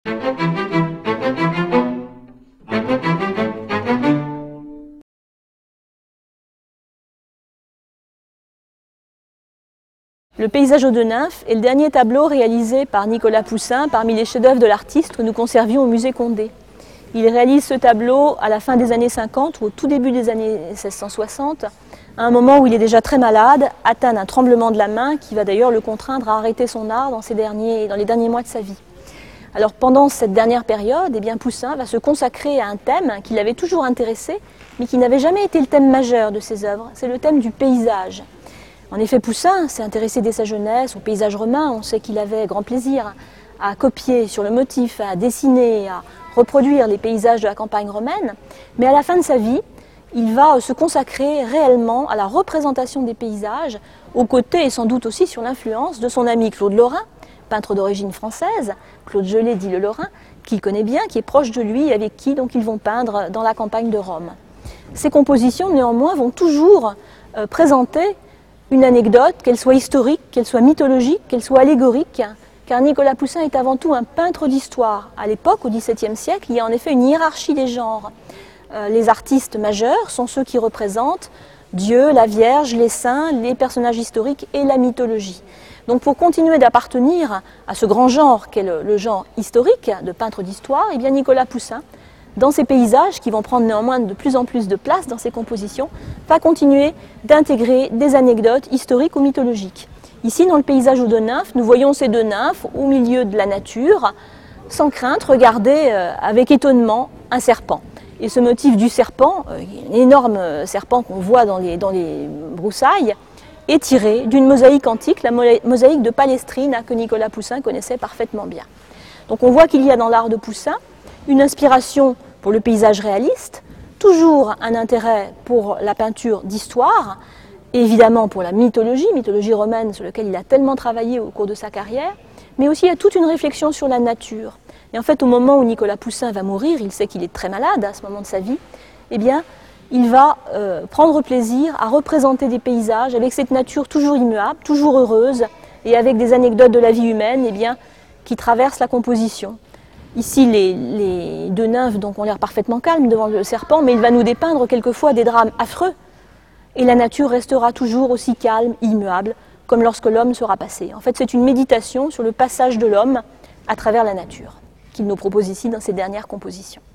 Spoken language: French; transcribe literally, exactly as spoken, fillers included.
Le paysage aux deux nymphes est le dernier tableau réalisé par Nicolas Poussin parmi les chefs-d'œuvre de l'artiste que nous conservions au musée Condé. Il réalise ce tableau à la fin des années cinquante ou au tout début des années mille six cent soixante, à un moment où il est déjà très malade, atteint d'un tremblement de la main qui va d'ailleurs le contraindre à arrêter son art dans, ces derniers, dans les derniers mois de sa vie. Alors pendant cette dernière période, eh bien, Poussin va se consacrer à un thème qui l'avait toujours intéressé, mais qui n'avait jamais été le thème majeur de ses œuvres, c'est le thème du paysage. En effet, Poussin s'est intéressé dès sa jeunesse au paysage romain. On sait qu'il avait grand plaisir à copier sur le motif, à dessiner, à reproduire les paysages de la campagne romaine. Mais à la fin de sa vie, il va se consacrer réellement à la représentation des paysages, aux côtés et sans doute aussi sur l'influence de son ami Claude Lorrain, peintre d'origine française, Claude Gelée dit le Lorrain, qu'il connaît bien, qui est proche de lui et avec qui donc ils vont peindre dans la campagne de Rome. Ces compositions néanmoins vont toujours euh, présenter une anecdote, qu'elle soit historique, qu'elle soit mythologique, qu'elle soit allégorique, car Nicolas Poussin est avant tout un peintre d'histoire. À l'époque, au dix-septième siècle, il y a en effet une hiérarchie des genres. Euh, les artistes majeurs sont ceux qui représentent Dieu, la Vierge, les saints, les personnages historiques et la mythologie. Donc pour continuer d'appartenir à ce grand genre qu'est le, le genre historique de peintre d'histoire, eh bien Nicolas Poussin, dans ces paysages, qui vont prendre néanmoins de plus en plus de place dans ses compositions, va continuer d'intégrer des anecdotes historiques ou mythologiques. Ici, dans le paysage aux deux nymphes, nous voyons ces deux nymphes au milieu de la nature, sans crainte, regarder euh, avec étonnement un serpent. Et ce motif du serpent, euh, un énorme serpent qu'on voit dans les, dans les broussailles, est tiré d'une mosaïque antique, la mosaïque de Palestrine, que Nicolas Poussin connaissait parfaitement bien. Donc on voit qu'il y a dans l'art de Poussin une inspiration pour le paysage réaliste, toujours un intérêt pour la peinture d'histoire, et évidemment pour la mythologie, mythologie romaine sur laquelle il a tellement travaillé au cours de sa carrière, mais aussi il y a toute une réflexion sur la nature. Et en fait, au moment où Nicolas Poussin va mourir, il sait qu'il est très malade à ce moment de sa vie, eh bien, il va euh, prendre plaisir à représenter des paysages avec cette nature toujours immuable, toujours heureuse, et avec des anecdotes de la vie humaine eh bien, qui traversent la composition. Ici, les, les deux nymphes donc, ont l'air parfaitement calmes devant le serpent, mais il va nous dépeindre quelquefois des drames affreux. Et la nature restera toujours aussi calme, immuable, comme lorsque l'homme sera passé. En fait, c'est une méditation sur le passage de l'homme à travers la nature, qu'il nous propose ici dans ses dernières compositions.